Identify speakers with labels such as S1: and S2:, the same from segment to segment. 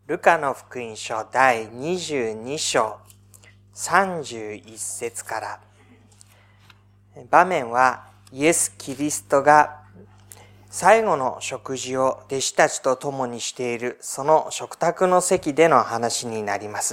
S1: ルカの福音書第22章31節から。場面はイエス・キリストが最後の食事を弟子たちと共にしているその食卓の席での話になります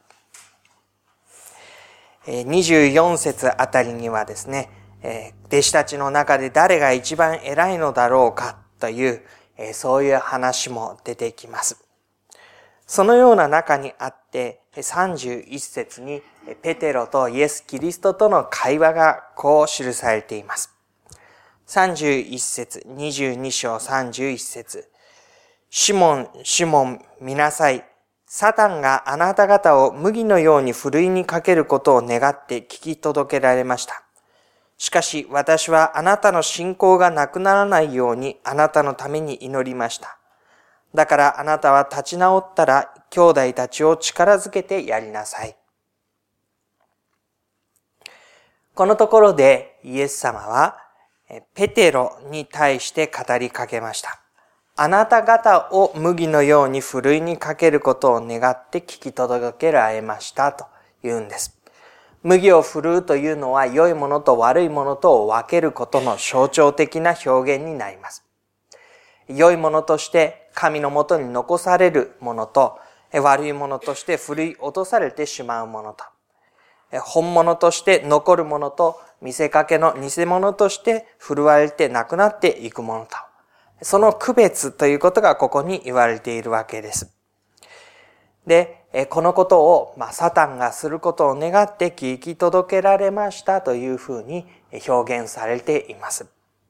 S1: 。24節あたりにはですね、弟子たちの中で誰が一番偉いのだろうかという、そういう話も出てきます。そのような中にあって31節にペテロとイエス・キリストとの会話がこう記されています。31節、22章31節。シモン、シモン、見なさい。サタンがあなた方を麦のようにふるいにかけることを願って聞き届けられました。しかし私はあなたの信仰がなくならないようにあなたのために祈りました。だからあなたは立ち直ったら兄弟たちを力づけてやりなさい。このところでイエス様はペテロに対して語りかけました。あなた方を麦のようにふるいにかけることを願って聞き届けられましたと言うんです。麦を振るうというのは良いものと悪いものとを分けることの象徴的な表現になります。良いものとして神のもとに残されるものと、悪いものとして振り落とされてしまうものと、本物として残るものと見せかけの偽物として振るわれてなくなっていくものと、その区別ということがここに言われているわけです。で、このことを、サタンがすることを願って聞き届けられましたというふうに表現されています。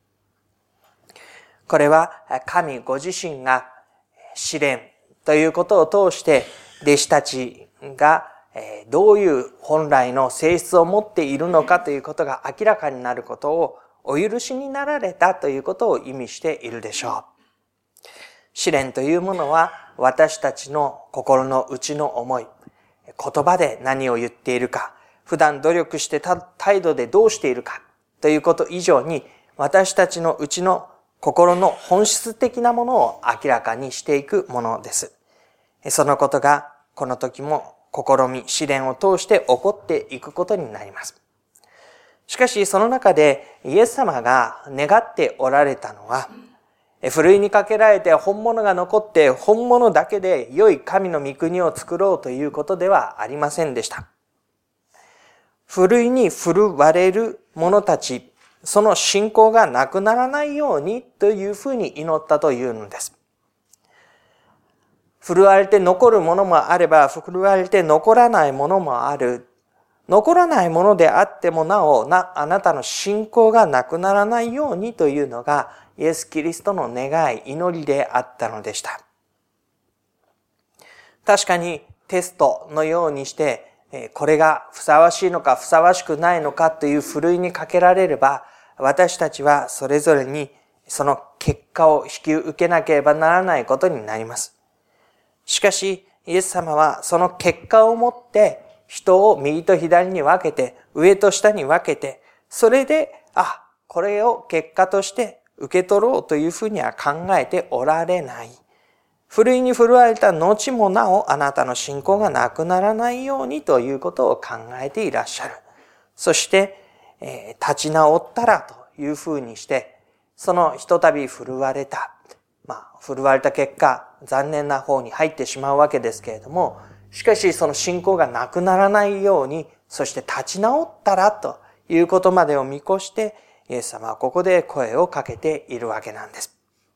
S1: これは神ご自身が試練ということを通して弟子たちがどういう本来の性質を持っているのかということが明らかになることをお許しになられたということを意味しているでしょう。試練というものは私たちの心の内の思い、言葉で何を言っているか、普段努力して態度でどうしているかということ以上に私たちの内の心の本質的なものを明らかにしていくものです。そのことがこの時も試み、試練を通して起こっていくことになります。しかしその中でイエス様が願っておられたのは、ふるいにかけられて本物が残って本物だけで良い神の御国を作ろうということではありませんでした。ふるいに振るわれる者たち、その信仰がなくならないようにというふうに祈ったというのです。振るわれて残るものもあれば、振るわれて残らないものもある。残らないものであってもなお、あなたの信仰がなくならないようにというのが、イエス・キリストの願い、祈りであったのでした。確かにテストのようにして、これがふさわしいのかふさわしくないのかというふるいにかけられれば、私たちはそれぞれにその結果を引き受けなければならないことになります。しかし、イエス様はその結果をもって人を右と左に分けて、上と下に分けて、それで、これを結果として受け取ろうというふうには考えておられない。ふるいに振るわれた後もなおあなたの信仰がなくならないようにということを考えていらっしゃる。そして、立ち直ったらというふうにして、そのひとたび振るわれた。振るわれた結果、残念な方に入ってしまうわけですけれども、しかしその信仰がなくならないように、そして立ち直ったらということまでを見越して、イエス様はここで声をかけているわけなんです。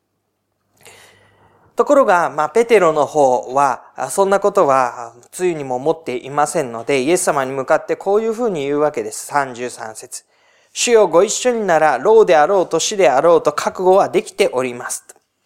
S1: ところが、ペテロの方は、そんなことは、つゆにも思っていませんので、イエス様に向かってこういうふうに言うわけです。33節。主よご一緒になら、老であろうと死であろうと覚悟はできております。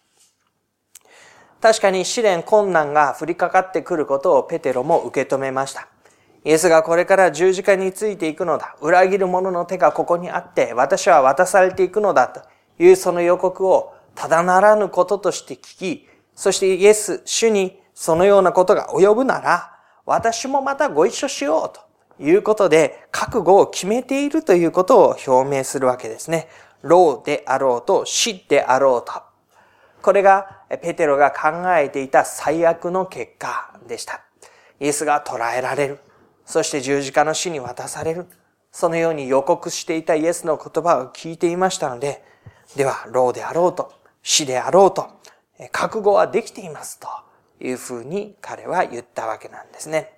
S1: 確かに試練困難が降りかかってくることをペテロも受け止めました。イエスがこれから十字架についていくのだ。裏切る者の手がここにあって、私は渡されていくのだというその予告をただならぬこととして聞き、そしてイエス、主にそのようなことが及ぶなら、私もまたご一緒しようということで、覚悟を決めているということを表明するわけですね。老であろうと死であろうと。 これがペテロが考えていた最悪の結果でした。イエスが捕らえられる。そして十字架の死に渡される。そのように予告していたイエスの言葉を聞いていましたので、では、牢であろうと、死であろうと、覚悟はできていますというふうに彼は言ったわけなんですね。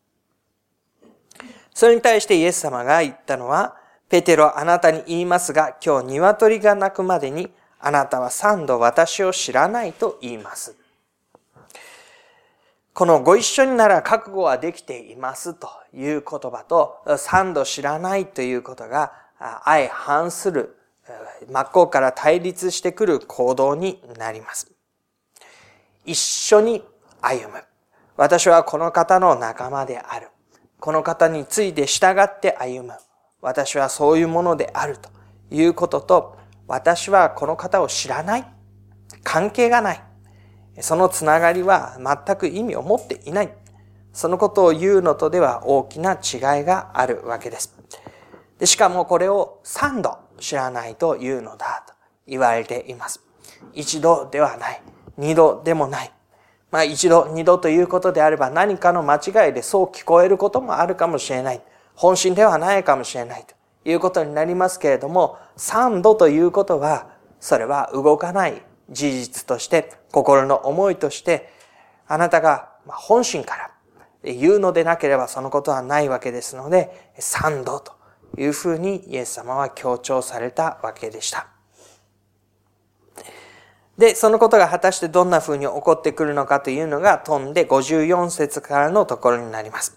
S1: それに対してイエス様が言ったのは、ペテロ、あなたに言いますが、今日鶏が鳴くまでに、あなたは3度私を知らないと言います。このご一緒になら覚悟はできていますという言葉と、3度知らないということが相反する、真っ向から対立してくる行動になります。一緒に歩む。私はこの方の仲間である。この方について従って歩む。私はそういうものであるということと、私はこの方を知らない。関係がない。そのつながりは全く意味を持っていない。そのことを言うのとでは大きな違いがあるわけです。でしかもこれを3度知らないというのだと言われています。一度ではない。二度でもない。一度、二度ということであれば何かの間違いでそう聞こえることもあるかもしれない。本心ではないかもしれないということになりますけれども、3度ということは、それは動かない事実として、心の思いとして、あなたが本心から言うのでなければそのことはないわけですので、3度というふうにイエス様は強調されたわけでした。で、そのことが果たしてどんなふうに起こってくるのかというのが飛んで54節からのところになります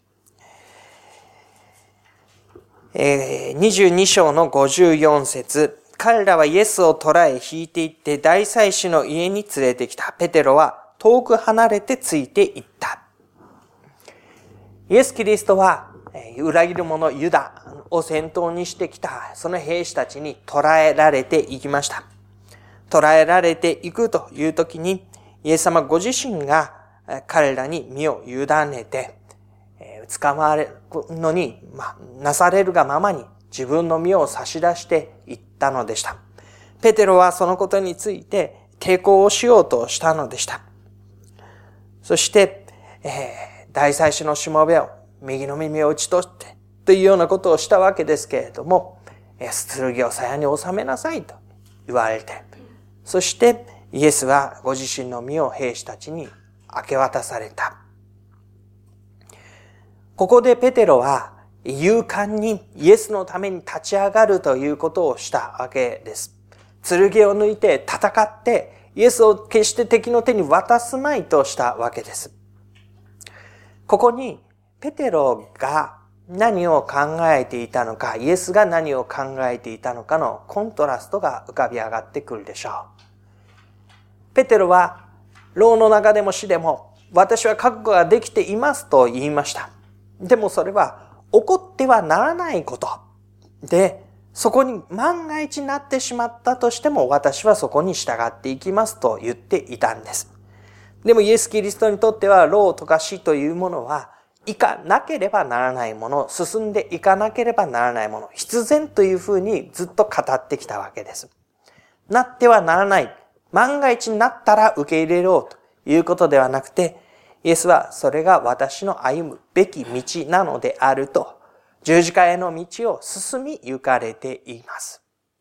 S1: 。22章の54節、彼らはイエスを捕らえ引いて行って大祭司の家に連れてきた。ペテロは遠く離れてついて行った。イエス・キリストは裏切る者ユダを先頭にしてきたその兵士たちに捕らえられていきました。捕らえられていくという時にイエス様ご自身が彼らに身を委ねて捕まるのに、なされるがままに自分の身を差し出していったのでした。ペテロはそのことについて抵抗をしようとしたのでした。そして、大祭司のしもべを右の耳を打ち取ってというようなことをしたわけですけれども、剣を鞘に収めなさいと言われて、そしてイエスはご自身の身を兵士たちに明け渡された。ここでペテロは勇敢にイエスのために立ち上がるということをしたわけです。剣を抜いて戦ってイエスを決して敵の手に渡すまいとしたわけです。ここにペテロが何を考えていたのか、イエスが何を考えていたのかのコントラストが浮かび上がってくるでしょう。ペテロは牢の中でも死でも私は覚悟ができていますと言いました。でもそれは起こってはならないことで、そこに万が一なってしまったとしても私はそこに従っていきますと言っていたんです。でもイエス・キリストにとっては牢とか死というものは行かなければならないもの、進んでいかなければならないもの、必然というふうにずっと語ってきたわけです。なってはならない。万が一になったら受け入れようということではなくて、イエスはそれが私の歩むべき道なのであると、十字架への道を進み行かれています。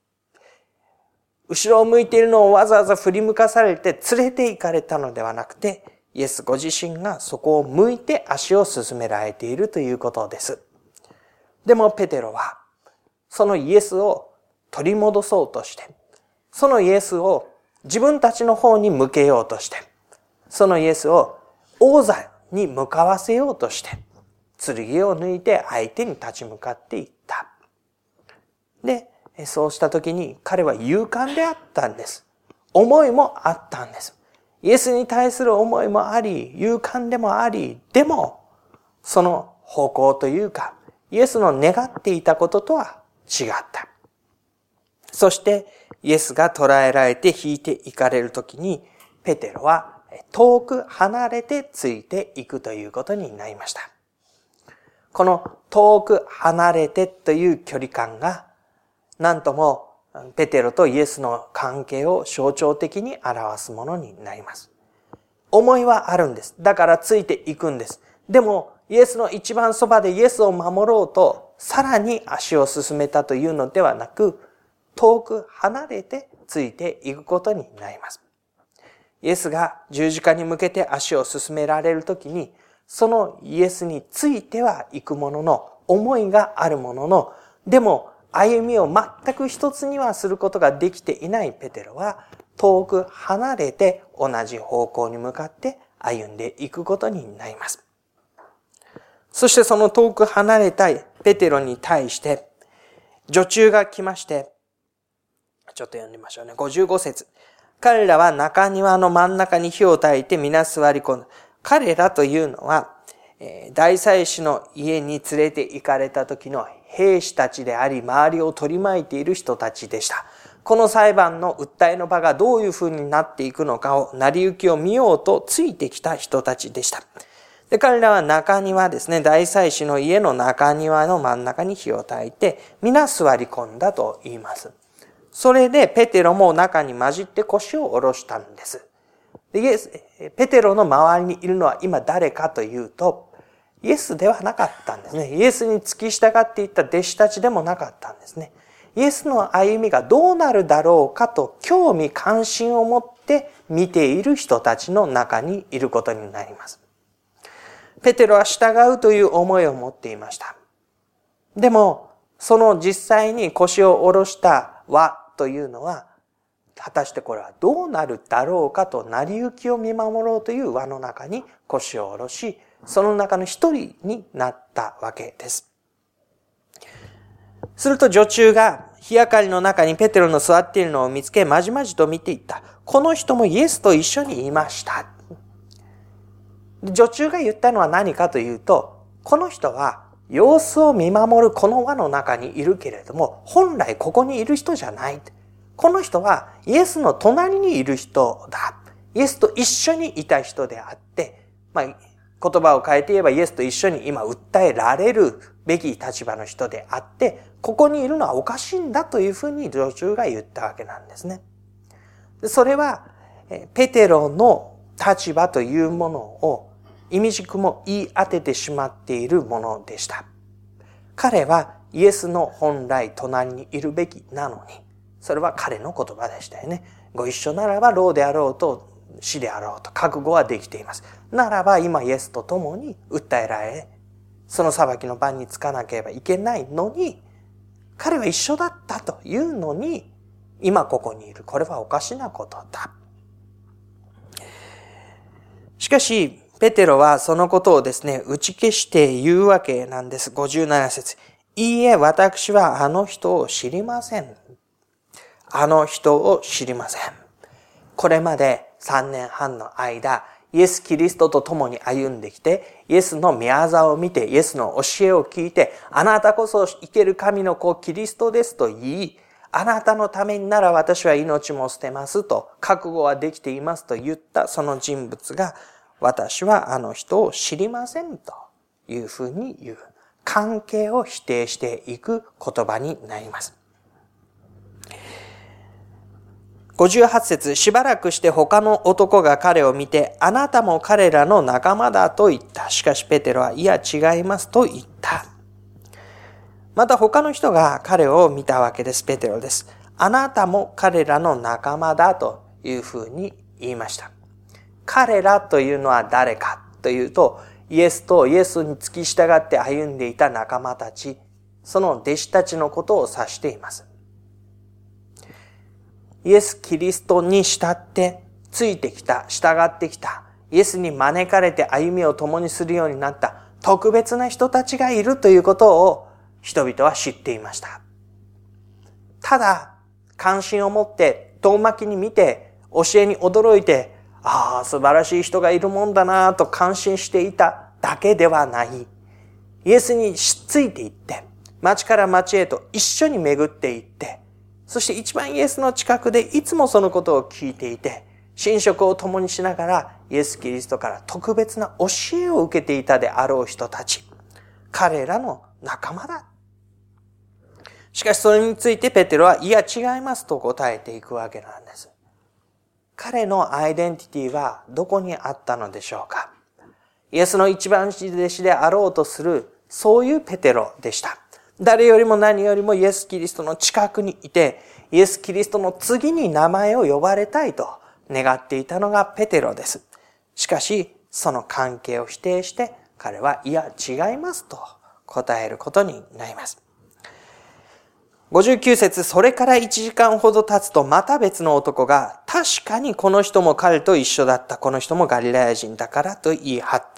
S1: 後ろを向いているのをわざわざ振り向かされて連れて行かれたのではなくて、イエスご自身がそこを向いて足を進められているということです。でもペテロは、そのイエスを取り戻そうとして、そのイエスを自分たちの方に向けようとして、そのイエスを王座に向かわせようとして、剣を抜いて相手に立ち向かっていった。で、そうした時に彼は勇敢であったんです。思いもあったんです。イエスに対する思いもあり、勇敢でもあり、でも、その方向というか、イエスの願っていたこととは違った。そして、イエスが捕らえられて引いていかれるときに、ペテロは遠く離れてついていくということになりました。この遠く離れてという距離感が、なんともペテロとイエスの関係を象徴的に表すものになります。思いはあるんです。だからついていくんです。でも、イエスの一番そばでイエスを守ろうと、さらに足を進めたというのではなく、遠く離れてついていくことになります。イエスが十字架に向けて足を進められるときに、そのイエスについては行くものの、思いがあるものの、でも歩みを全く一つにはすることができていないペテロは、遠く離れて同じ方向に向かって歩んでいくことになります。そしてその遠く離れたペテロに対して、女中が来まして、ちょっと読んでみましょうね。55節。彼らは中庭の真ん中に火を焚いて皆座り込んだ。彼らというのは、大祭司の家に連れて行かれた時の兵士たちであり、周りを取り巻いている人たちでした。この裁判の訴えの場がどういう風になっていくのかを、成り行きを見ようとついてきた人たちでした。で、彼らは中庭ですね、大祭司の家の中庭の真ん中に火を焚いて、皆座り込んだと言います。それでペテロも中に混じって腰を下ろしたんです。で、ペテロの周りにいるのは今誰かというと、イエスではなかったんですね。イエスに付き従っていった弟子たちでもなかったんですね。イエスの歩みがどうなるだろうかと興味関心を持って見ている人たちの中にいることになります。ペテロは従うという思いを持っていました。でも、その実際に腰を下ろした輪というのは、果たしてこれはどうなるだろうかと成り行きを見守ろうという輪の中に腰を下ろし、その中の一人になったわけです。すると女中が火明かりの中にペテロの座っているのを見つけ、まじまじと見ていった。この人もイエスと一緒にいました。女中が言ったのは何かというと、この人は様子を見守るこの輪の中にいるけれども、本来ここにいる人じゃない。この人はイエスの隣にいる人だ。イエスと一緒にいた人であって、言葉を変えて言えばイエスと一緒に今訴えられるべき立場の人であって、ここにいるのはおかしいんだというふうに女中が言ったわけなんですね。それはペテロの立場というものを意味軸も言い当ててしまっているものでした。彼はイエスの本来隣にいるべきなのに、それは彼の言葉でしたよね。ご一緒ならば老であろうと死であろうと覚悟はできています。ならば今イエスと共に訴えられ、その裁きの番につかなければいけないのに、彼は一緒だったというのに、今ここにいる。これはおかしなことだ。しかし、ペテロはそのことをですね、打ち消して言うわけなんです。57節。いいえ、私はあの人を知りません。あの人を知りません。これまで3年半の間、イエス・キリストと共に歩んできて、イエスの御業を見て、イエスの教えを聞いて、あなたこそ生ける神の子キリストですと言い、あなたのためになら私は命も捨てますと、覚悟はできていますと言ったその人物が、私はあの人を知りませんというふうに言う。関係を否定していく言葉になります。58節、しばらくして他の男が彼を見て、あなたも彼らの仲間だと言った。しかしペテロは、いや違いますと言った。また他の人が彼を見たわけです。ペテロです。あなたも彼らの仲間だというふうに言いました。彼らというのは誰かというと、イエスとイエスに付き従って歩んでいた仲間たち、その弟子たちのことを指しています。イエス・キリストに従ってついてきた、従ってきた、イエスに招かれて歩みを共にするようになった特別な人たちがいるということを人々は知っていました。ただ、関心を持って遠巻きに見て、教えに驚いて、素晴らしい人がいるもんだなと感心していただけではない。イエスにしっついていって、町から町へと一緒に巡っていって、そして一番イエスの近くでいつもそのことを聞いていて、寝食を共にしながらイエス・キリストから特別な教えを受けていたであろう人たち。彼らの仲間だ。 しかしそれについてペテロは、いや違いますと答えていくわけなんです。彼のアイデンティティはどこにあったのでしょうか。イエスの一番弟子であろうとする、そういうペテロでした。誰よりも何よりもイエス・キリストの近くにいて、イエス・キリストの次に名前を呼ばれたいと願っていたのがペテロです。しかし、その関係を否定して、彼はいや違いますと答えることになります。59節、それから1時間ほど経つとまた別の男が、確かにこの人も彼と一緒だった。この人もガリラヤ人だからと言い張った。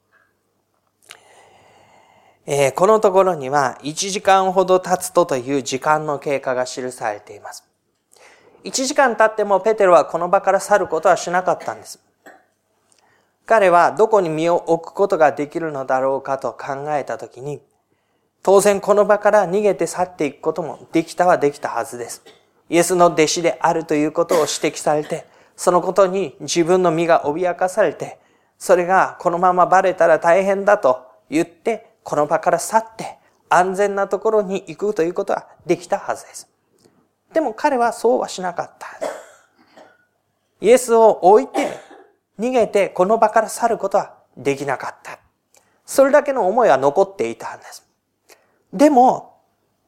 S1: このところには1時間ほど経つとという時間の経過が記されています。1時間経ってもペテロはこの場から去ることはしなかったんです。彼はどこに身を置くことができるのだろうかと考えたときに、当然この場から逃げて去っていくこともできたはずです。イエスの弟子であるということを指摘されて、そのことに自分の身が脅かされて、それがこのままバレたら大変だと言って、この場から去って安全なところに行くということはできたはずです。でも彼はそうはしなかった。イエスを置いて逃げてこの場から去ることはできなかった。それだけの思いは残っていたんです。でも、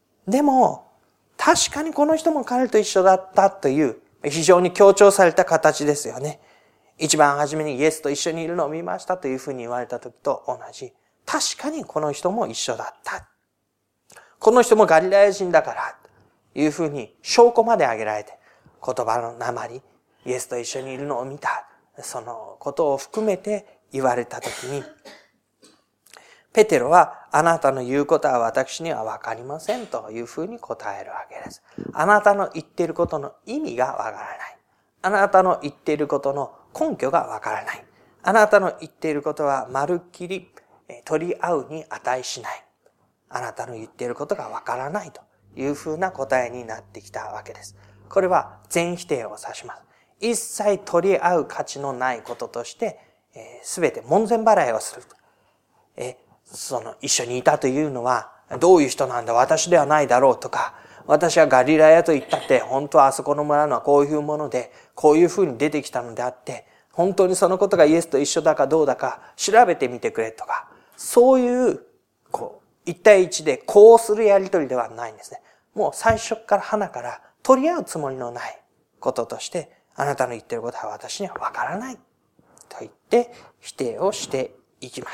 S1: 確かにこの人も彼と一緒だったという非常に強調された形ですよね。一番初めにイエスと一緒にいるのを見ましたというふうに言われた時と同じ。確かにこの人も一緒だった。この人もガリラヤ人だからというふうに証拠まで挙げられて、言葉の訛り、イエスと一緒にいるのを見た、そのことを含めて言われたときに、ペテロはあなたの言うことは私にはわかりませんというふうに答えるわけです。あなたの言っていることの意味がわからない。あなたの言っていることの根拠がわからない。あなたの言っていることはまるっきり取り合うに値しない。あなたの言っていることがわからないというふうな答えになってきたわけです。これは全否定を指します。一切取り合う価値のないこととして、すべて門前払いをする。一緒にいたというのはどういう人なんだ、私ではないだろうとか、私はガリラヤと言ったって本当はあそこの村のはこういうもので、こういうふうに出てきたのであって、本当にそのことがイエスと一緒だかどうだか調べてみてくれとか、そういう一対一でこうするやりとりではないんですね。もう最初から花から取り合うつもりのないこととして、あなたの言っていることは私にはわからないと言って否定をしていきます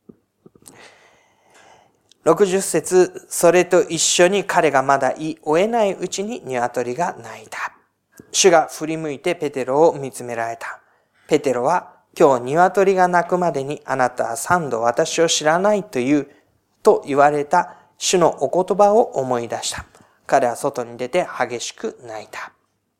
S1: 。60節、それと一緒に彼がまだ言い終えないうちに鶏が鳴いた。主が振り向いてペテロを見つめられた。ペテロは、今日鶏が鳴くまでにあなたは3度私を知らないと言われた主のお言葉を思い出した。彼は外に出て激しく泣いた。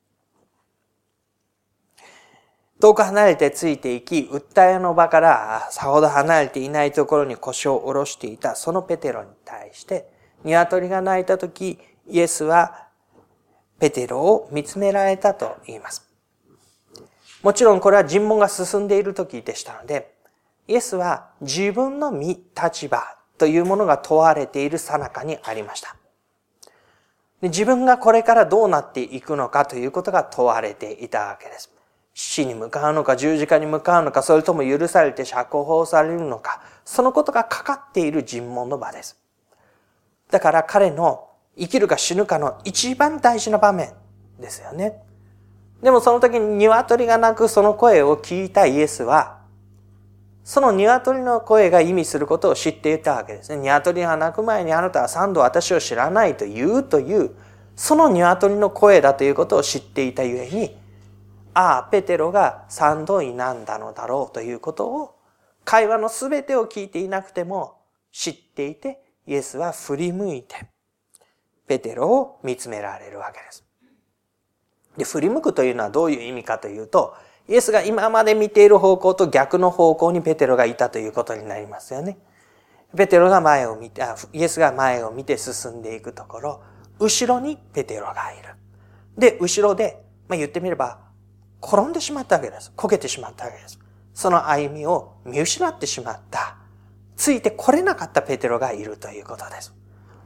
S1: 遠く離れてついていき、訴えの場からさほど離れていないところに腰を下ろしていたそのペテロに対して、鶏が鳴いたとき、イエスはペテロを見つめられたと言います。もちろんこれは尋問が進んでいる時でしたので、イエスは自分の身、立場というものが問われている最中にありました。自分がこれからどうなっていくのかということが問われていたわけです。死に向かうのか、十字架に向かうのか、それとも許されて釈放されるのか、そのことがかかっている尋問の場です。だから彼の生きるか死ぬかの一番大事な場面ですよね。でもその時に鶏が鳴くその声を聞いたイエスは、その鶏の声が意味することを知っていたわけですね。鶏が鳴く前にあなたは3度私を知らないという、その鶏の声だということを知っていたゆえに、ペテロが3度否んだのだろうということを、会話のすべてを聞いていなくても知っていて、イエスは振り向いて、ペテロを見つめられるわけです。で、振り向くというのはどういう意味かというと、イエスが今まで見ている方向と逆の方向にペテロがいたということになりますよね。ペテロが前を見て、イエスが前を見て進んでいくところ、後ろにペテロがいる。で、後ろで、言ってみれば、転んでしまったわけです。こけてしまったわけです。その歩みを見失ってしまった。ついてこれなかったペテロがいるということです。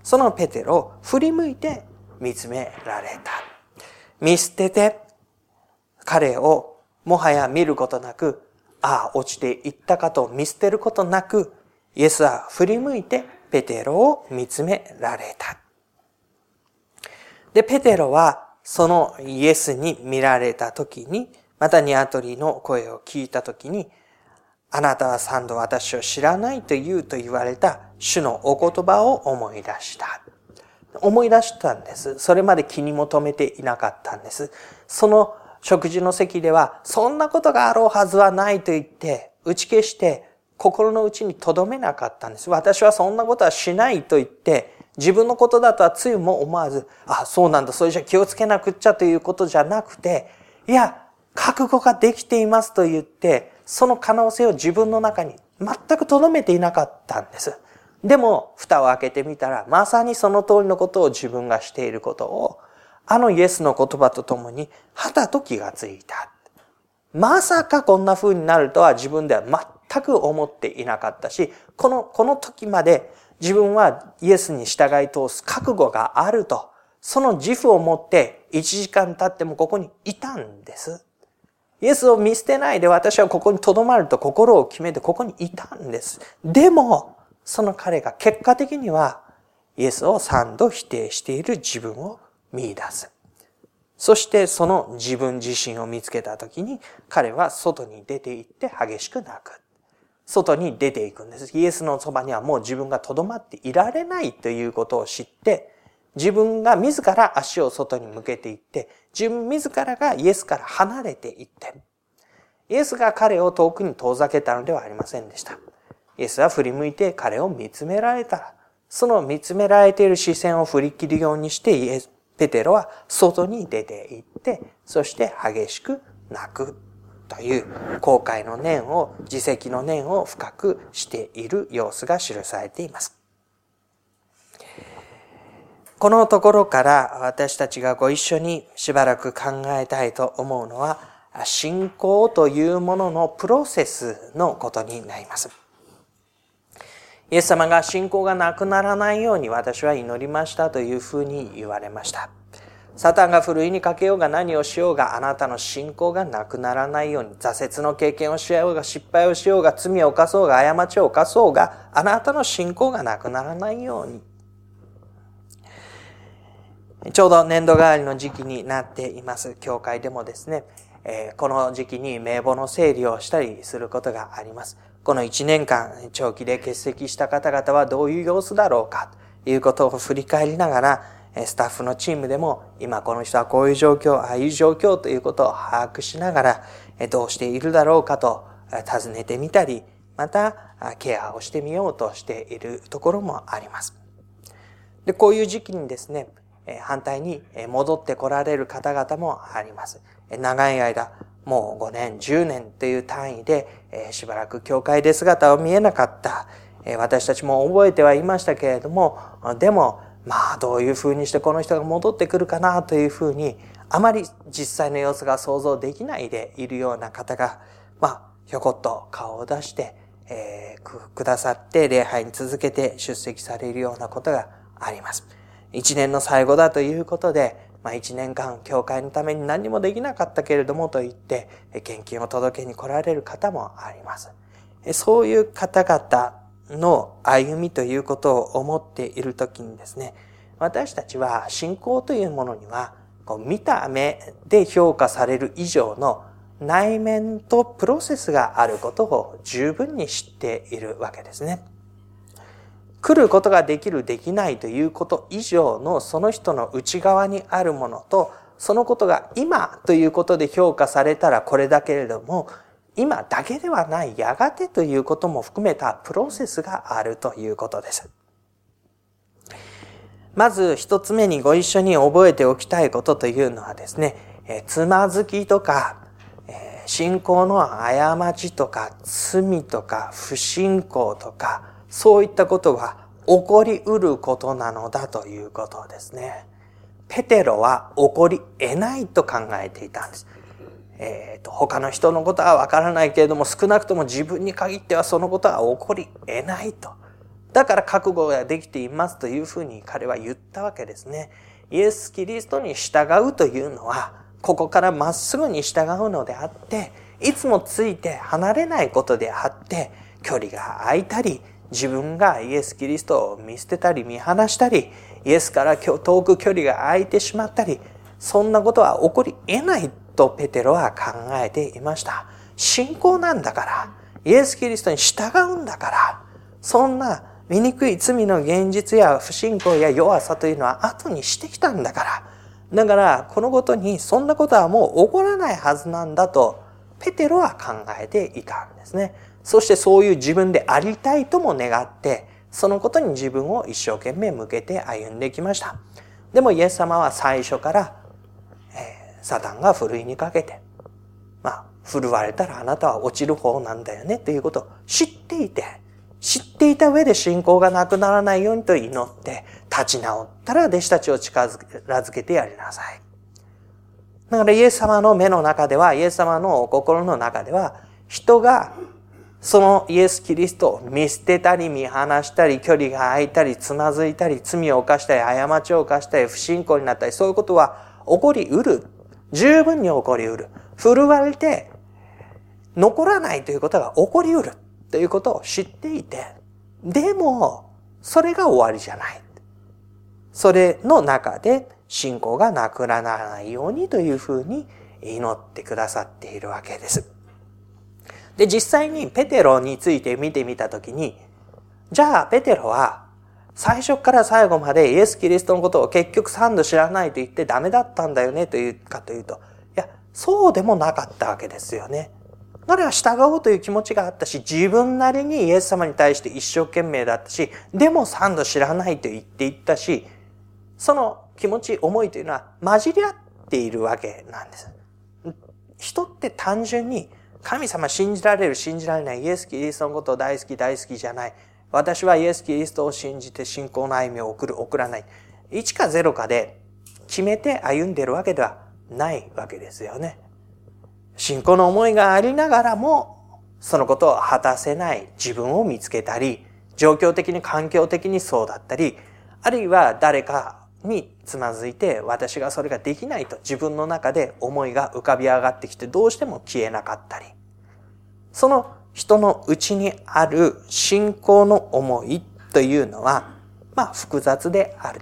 S1: そのペテロを振り向いて見つめられた。見捨てて、彼をもはや見ることなく、落ちていったかと見捨てることなく、イエスは振り向いてペテロを見つめられた。で、ペテロはそのイエスに見られたときに、またニワトリの声を聞いたときに、あなたは三度私を知らないと言われた主のお言葉を思い出した。思い出したんです。それまで気にも留めていなかったんです。その食事の席では、そんなことがあろうはずはないと言って、打ち消して心の内に留めなかったんです。私はそんなことはしないと言って、自分のことだとはつゆも思わず、そうなんだ、それじゃ気をつけなくっちゃということじゃなくて、いや、覚悟ができていますと言って、その可能性を自分の中に全く留めていなかったんです。でも、蓋を開けてみたら、まさにその通りのことを自分がしていることを、イエスの言葉とともに、はたと気がついた。まさかこんな風になるとは自分では全く思っていなかったし、この時まで自分はイエスに従い通す覚悟があると、その自負を持って1時間経ってもここにいたんです。イエスを見捨てないで私はここに留まると心を決めてここにいたんです。でも、その彼が結果的にはイエスを3度否定している自分を見出す。そしてその自分自身を見つけたときに彼は外に出て行って激しく泣く。外に出ていくんです。イエスのそばにはもう自分が留まっていられないということを知って、自分が自ら足を外に向けていって、自分自らがイエスから離れていって、イエスが彼を遠くに遠ざけたのではありませんでした。イエスは振り向いて彼を見つめられたら、その見つめられている視線を振り切るようにしてペテロは外に出て行って、そして激しく泣くという後悔の念を、自責の念を深くしている様子が記されています。このところから私たちがご一緒にしばらく考えたいと思うのは、信仰というもののプロセスのことになります。イエス様が信仰がなくならないように私は祈りましたというふうに言われました。サタンがふるいにかけようが何をしようがあなたの信仰がなくならないように、挫折の経験をしようが失敗をしようが罪を犯そうが過ちを犯そうがあなたの信仰がなくならないように。ちょうど年度替わりの時期になっています。教会でもですね、この時期に名簿の整理をしたりすることがあります。この1年間長期で欠席した方々はどういう様子だろうかということを振り返りながら、スタッフのチームでも今この人はこういう状況、ああいう状況ということを把握しながらどうしているだろうかと尋ねてみたり、またケアをしてみようとしているところもあります。で、こういう時期にですね、反対に戻って来られる方々もあります。長い間、もう5年、10年という単位でしばらく教会で姿を見えなかった。私たちも覚えてはいましたけれども、でも、どういうふうにしてこの人が戻ってくるかなというふうに、あまり実際の様子が想像できないでいるような方が、ひょこっと顔を出して、くださって礼拝に続けて出席されるようなことがあります。一年の最後だということで、一年間教会のために何もできなかったけれどもと言って、献金を届けに来られる方もあります。そういう方々の歩みということを思っているときにですね、私たちは信仰というものには、見た目で評価される以上の内面とプロセスがあることを十分に知っているわけですね。来ることができる、できないということ以上のその人の内側にあるものと、そのことが今ということで評価されたらこれだけれども、今だけではないやがてということも含めたプロセスがあるということです。まず一つ目にご一緒に覚えておきたいことというのはですね、つまずきとか、信仰の過ちとか罪とか不信仰とか、そういったことは起こりうることなのだということですね。ペテロは起こり得ないと考えていたんです。他の人のことはわからないけれども、少なくとも自分に限ってはそのことは起こり得ないと。 だから覚悟ができていますというふうに彼は言ったわけですね。イエス・キリストに従うというのは、ここからまっすぐに従うのであって、いつもついて離れないことであって、距離が空いたり、自分がイエス・キリストを見捨てたり見放したり、イエスから遠く距離が空いてしまったり、そんなことは起こり得ないとペテロは考えていました。信仰なんだから、イエス・キリストに従うんだから、そんな醜い罪の現実や不信仰や弱さというのは後にしてきたんだから。だからこのことにそんなことはもう起こらないはずなんだとペテロは考えていたんですね。そしてそういう自分でありたいとも願って、そのことに自分を一生懸命向けて歩んできました。でもイエス様は最初からサタンがふるいにかけて、振るわれたらあなたは落ちる方なんだよねということを知っていた上で信仰がなくならないようにと祈って立ち直ったら弟子たちを近づけてやりなさい。だからイエス様の目の中では、イエス様の心の中では、人がそのイエス・キリストを見捨てたり見放したり、距離が空いたり、つまずいたり、罪を犯したり、過ちを犯したり、不信仰になったり、そういうことは起こりうる。十分に起こりうる。振るわれて残らないということが起こりうるということを知っていて、でもそれが終わりじゃない。それの中で信仰がなくならないようにというふうに祈ってくださっているわけです。で、実際にペテロについて見てみたときに、じゃあペテロは最初から最後までイエス・キリストのことを結局3度知らないと言ってダメだったんだよねというかというと、いや、そうでもなかったわけですよね。彼は従おうという気持ちがあったし、自分なりにイエス様に対して一生懸命だったし、でも3度知らないと言っていったし、その気持ち、思いというのは混じり合っているわけなんです。人って単純に神様信じられる信じられない、イエス・キリストのことを大好き大好きじゃない、私はイエス・キリストを信じて信仰の歩みを送る送らない、1か0かで決めて歩んでいるわけではないわけですよね。信仰の思いがありながらもそのことを果たせない自分を見つけたり、状況的に環境的にそうだったり、あるいは誰かにつまずいて私がそれができないと自分の中で思いが浮かび上がってきてどうしても消えなかったり、その人の内にある信仰の思いというのは複雑であって、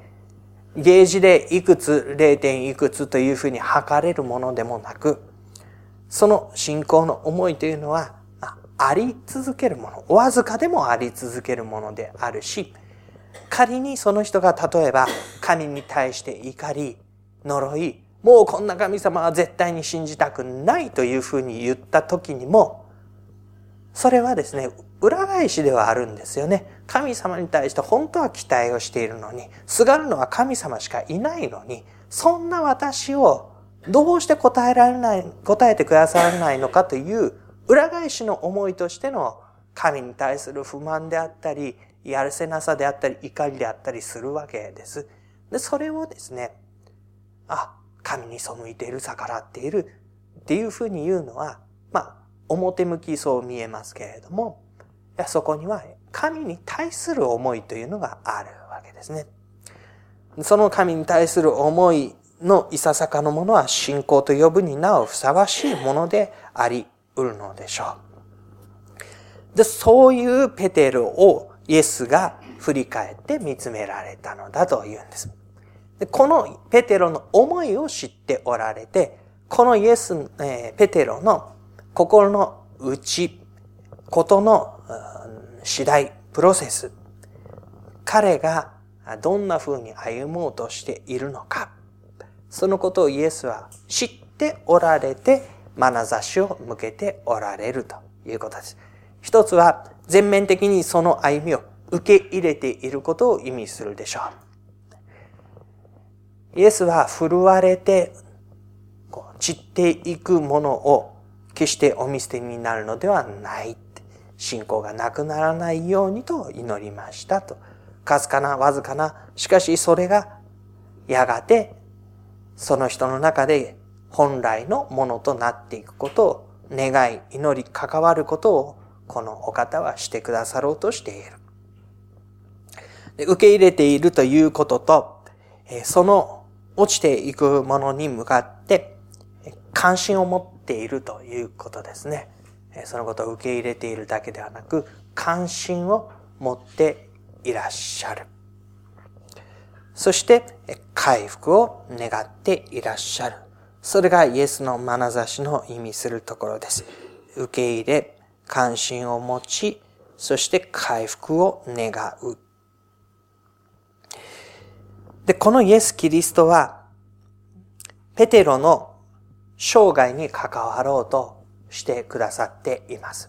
S1: ゲージでいくつ 0. いくつというふうに測れるものでもなく、その信仰の思いというのはあり続けるもの、わずかでもあり続けるものであるし、仮にその人が例えば神に対して怒り、呪い、もうこんな神様は絶対に信じたくないというふうに言った時にも、それはですね、裏返しではあるんですよね。神様に対して本当は期待をしているのに、すがるのは神様しかいないのに、そんな私をどうして答えてくださらないのかという裏返しの思いとしての神に対する不満であったり、やるせなさであったり、怒りであったりするわけです。で、それをですね、神に背いている、逆らっているっていうふうに言うのは、表向きそう見えますけれども、そこには神に対する思いというのがあるわけですね。その神に対する思いのいささかのものは信仰と呼ぶになおふさわしいものであり得るのでしょう。で、そういうペテロをイエスが振り返って見つめられたのだというんです。で、このペテロの思いを知っておられて、このペテロの心の内、ことの次第、プロセス、彼がどんな風に歩もうとしているのか、そのことをイエスは知っておられて、眼差しを向けておられるということです。一つは全面的にその歩みを受け入れていることを意味するでしょう。イエスは振るわれて散っていくものを決してお見捨てになるのではない。信仰がなくならないようにと祈りましたと。かすかな、わずかな、しかしそれがやがてその人の中で本来のものとなっていくことを願い、祈り、関わることをこのお方はしてくださろうとしている。 受け入れているということと、その落ちていくものに向かって関心を持っているということですね。そのことを受け入れているだけではなく、関心を持っていらっしゃる。そして回復を願っていらっしゃる。それがイエスの眼差しの意味するところです。受け入れ、関心を持ち、そして回復を願う。で、このイエス・キリストは、ペテロの生涯に関わろうとしてくださっています。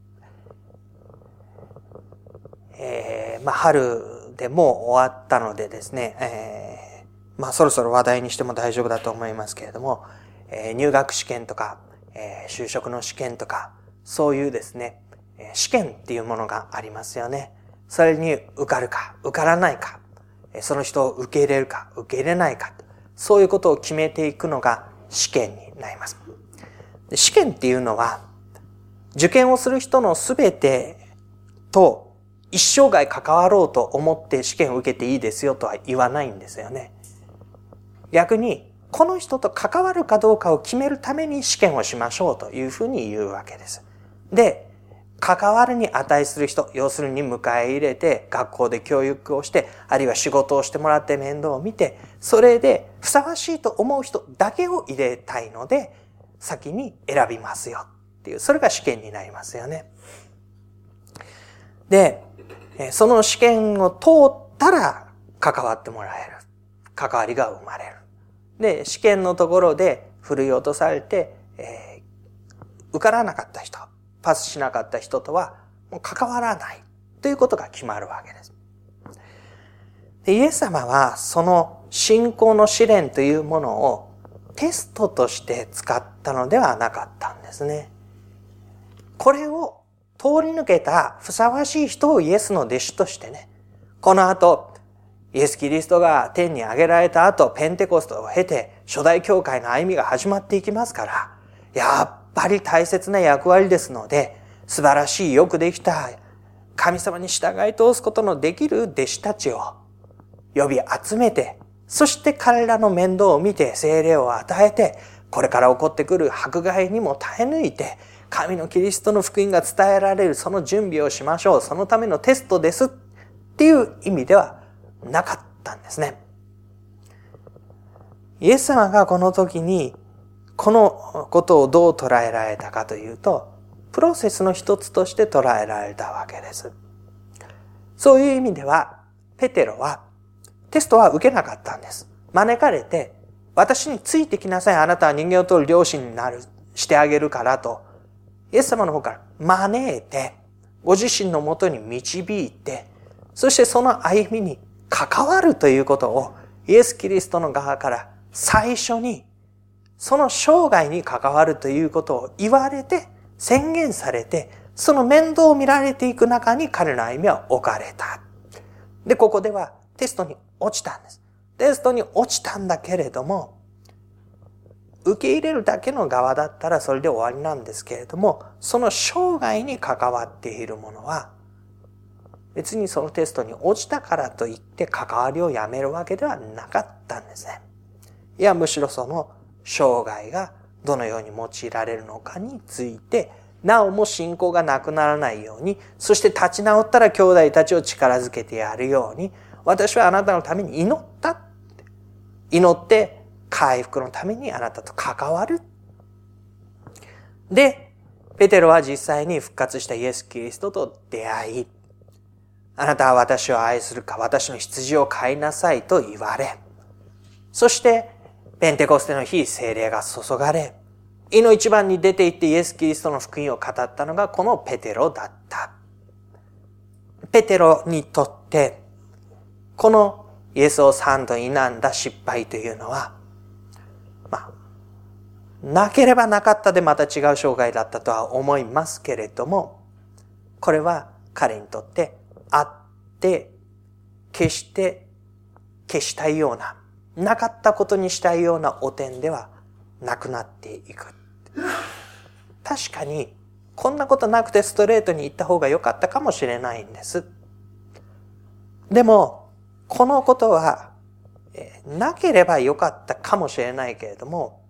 S1: 春でもう終わったのでですね、そろそろ話題にしても大丈夫だと思いますけれども、入学試験とか、就職の試験とか、そういうですね、試験っていうものがありますよね。それに受かるか、受からないか、その人を受け入れるか、受け入れないか、そういうことを決めていくのが試験になります。試験っていうのは、受験をする人のすべてと一生涯関わろうと思って試験を受けていいですよとは言わないんですよね。逆に、この人と関わるかどうかを決めるために試験をしましょうというふうに言うわけです。で、関わるに値する人、要するに迎え入れて、学校で教育をして、あるいは仕事をしてもらって面倒を見て、それでふさわしいと思う人だけを入れたいので、先に選びますよっていう、それが試験になりますよね。で、その試験を通ったら関わってもらえる。関わりが生まれる。で、試験のところで振るい落とされて、受からなかった人、パスしなかった人とはもう関わらないということが決まるわけです。で、イエス様はその信仰の試練というものをテストとして使ったのではなかったんですね。これを通り抜けたふさわしい人をイエスの弟子としてね、この後、イエス・キリストが天に上げられた後、ペンテコストを経て、初代教会の歩みが始まっていきますから、やっぱり大切な役割ですので、素晴らしい、よくできた、神様に従い通すことのできる弟子たちを呼び集めて、そして彼らの面倒を見て、聖霊を与えて、これから起こってくる迫害にも耐え抜いて、神のキリストの福音が伝えられる、その準備をしましょう。そのためのテストですっていう意味ではなかったんですね。イエス様がこの時にこのことをどう捉えられたかというと、プロセスの一つとして捉えられたわけです。そういう意味では、ペテロはテストは受けなかったんです。招かれて、私についてきなさい。あなたは人間を取る漁師にしてあげるからと。イエス様の方から招いて、ご自身のもとに導いて、そしてその歩みに関わるということをイエス・キリストの側から最初にその生涯に関わるということを言われて宣言されて、その面倒を見られていく中に彼の歩みは置かれた。で、ここではテストに落ちたんです。テストに落ちたんだけれども、受け入れるだけの側だったらそれで終わりなんですけれども、その生涯に関わっているものは、別にそのテストに落ちたからといって関わりをやめるわけではなかったんですね。いや、むしろその生涯がどのように用いられるのかについて、なおも信仰がなくならないように、そして立ち直ったら兄弟たちを力づけてやるように、私はあなたのために祈った。祈って回復のためにあなたと関わる。で、ペテロは実際に復活したイエス・キリストと出会い、あなたは私を愛するか、私の羊を飼いなさいと言われ、そしてペンテコステの日、聖霊が注がれ、いの一番に出て行ってイエス・キリストの福音を語ったのがこのペテロだった。ペテロにとって、このイエスを3度否んだ失敗というのは、なければなかったでまた違う生涯だったとは思いますけれども、これは彼にとってあって決して消したいような、なかったことにしたいような汚点ではなくなっていく。確かにこんなことなくてストレートに言った方が良かったかもしれないんです。でもこのことはなければよかったかもしれないけれども、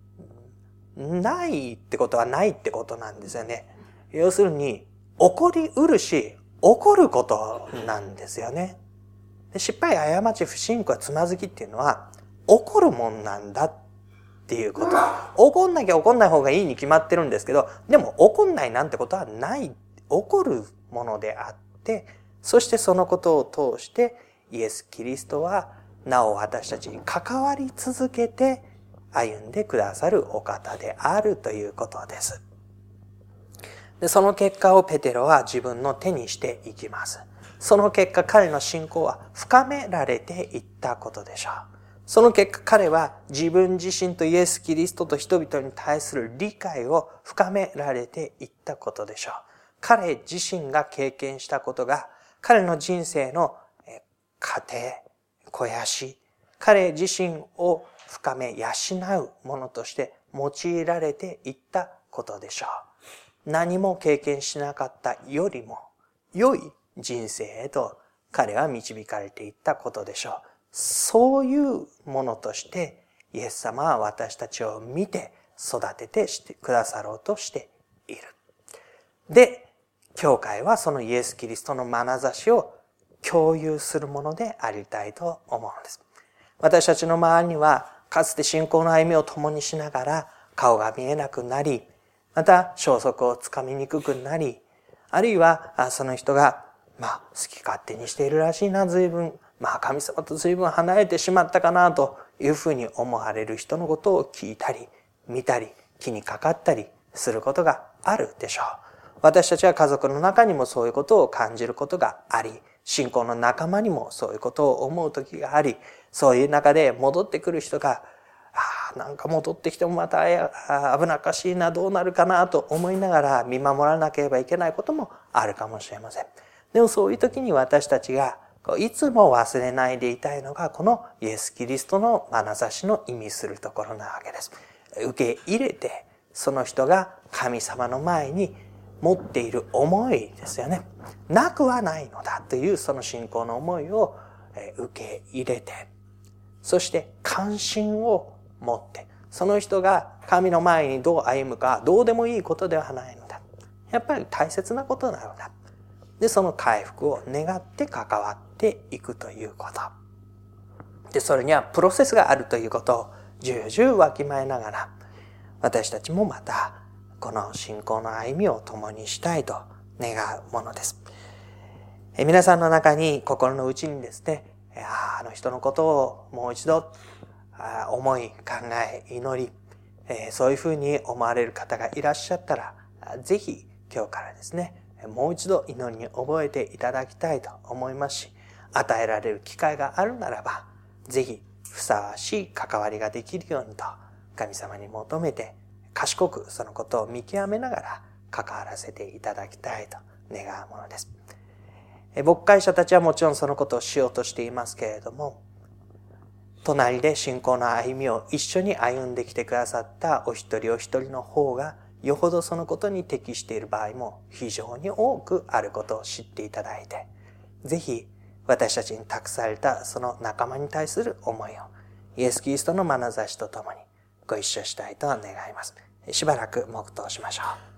S1: ないってことはないってことなんですよね。要するに、起こりうるし、起こることなんですよね。で、失敗、過ち、不信仰、つまずきっていうのは、起こるもんなんだっていうこと。起こんなきゃ起こんない方がいいに決まってるんですけど、でも起こんないなんてことはない。起こるものであって、そしてそのことを通して、イエス・キリストは、なお私たちに関わり続けて歩んでくださるお方であるということです。で、その結果をペテロは自分の手にしていきます。その結果彼の信仰は深められていったことでしょう。その結果彼は自分自身とイエス・キリストと人々に対する理解を深められていったことでしょう。彼自身が経験したことが彼の人生の過程、肥やし、彼自身を深め養うものとして用いられていったことでしょう。何も経験しなかったよりも良い人生へと彼は導かれていったことでしょう。そういうものとしてイエス様は私たちを見て育ててくださろうとしている。で、教会はそのイエス・キリストの眼差しを共有するものでありたいと思うんです。私たちの周りにはかつて信仰の歩みを共にしながら顔が見えなくなり、また消息をつかみにくくなり、あるいはその人が好き勝手にしているらしいな、随分神様と随分離れてしまったかなというふうに思われる人のことを聞いたり見たり気にかかったりすることがあるでしょう。私たちは家族の中にもそういうことを感じることがあり、信仰の仲間にもそういうことを思う時があり、そういう中で戻ってくる人がなんか戻ってきてもまた危なっかしいな、どうなるかなと思いながら見守らなければいけないこともあるかもしれません。でもそういう時に私たちがいつも忘れないでいたいのがこのイエス・キリストの眼差しの意味するところなわけです。受け入れてその人が神様の前に持っている思いですよね。なくはないのだというその信仰の思いを受け入れて、そして関心を持って、その人が神の前にどう歩むかどうでもいいことではないのだ。やっぱり大切なことなのだ。で、その回復を願って関わっていくということ。で、それにはプロセスがあるということを重々わきまえながら、私たちもまたこの信仰の歩みを共にしたいと願うものです。皆さんの中に心の内にですね、あの人のことをもう一度思い、考え、祈り、そういうふうに思われる方がいらっしゃったら、ぜひ今日からですね、もう一度祈りに覚えていただきたいと思いますし、与えられる機会があるならば、ぜひふさわしい関わりができるようにと神様に求めて、賢くそのことを見極めながら関わらせていただきたいと願うものです。牧会者たちはもちろんそのことをしようとしていますけれども、隣で信仰の歩みを一緒に歩んできてくださったお一人お一人の方が、よほどそのことに適している場合も非常に多くあることを知っていただいて、ぜひ私たちに託されたその仲間に対する思いをイエス・キリストの眼差しとともにご一緒したいと願います。しばらく黙祷しましょう。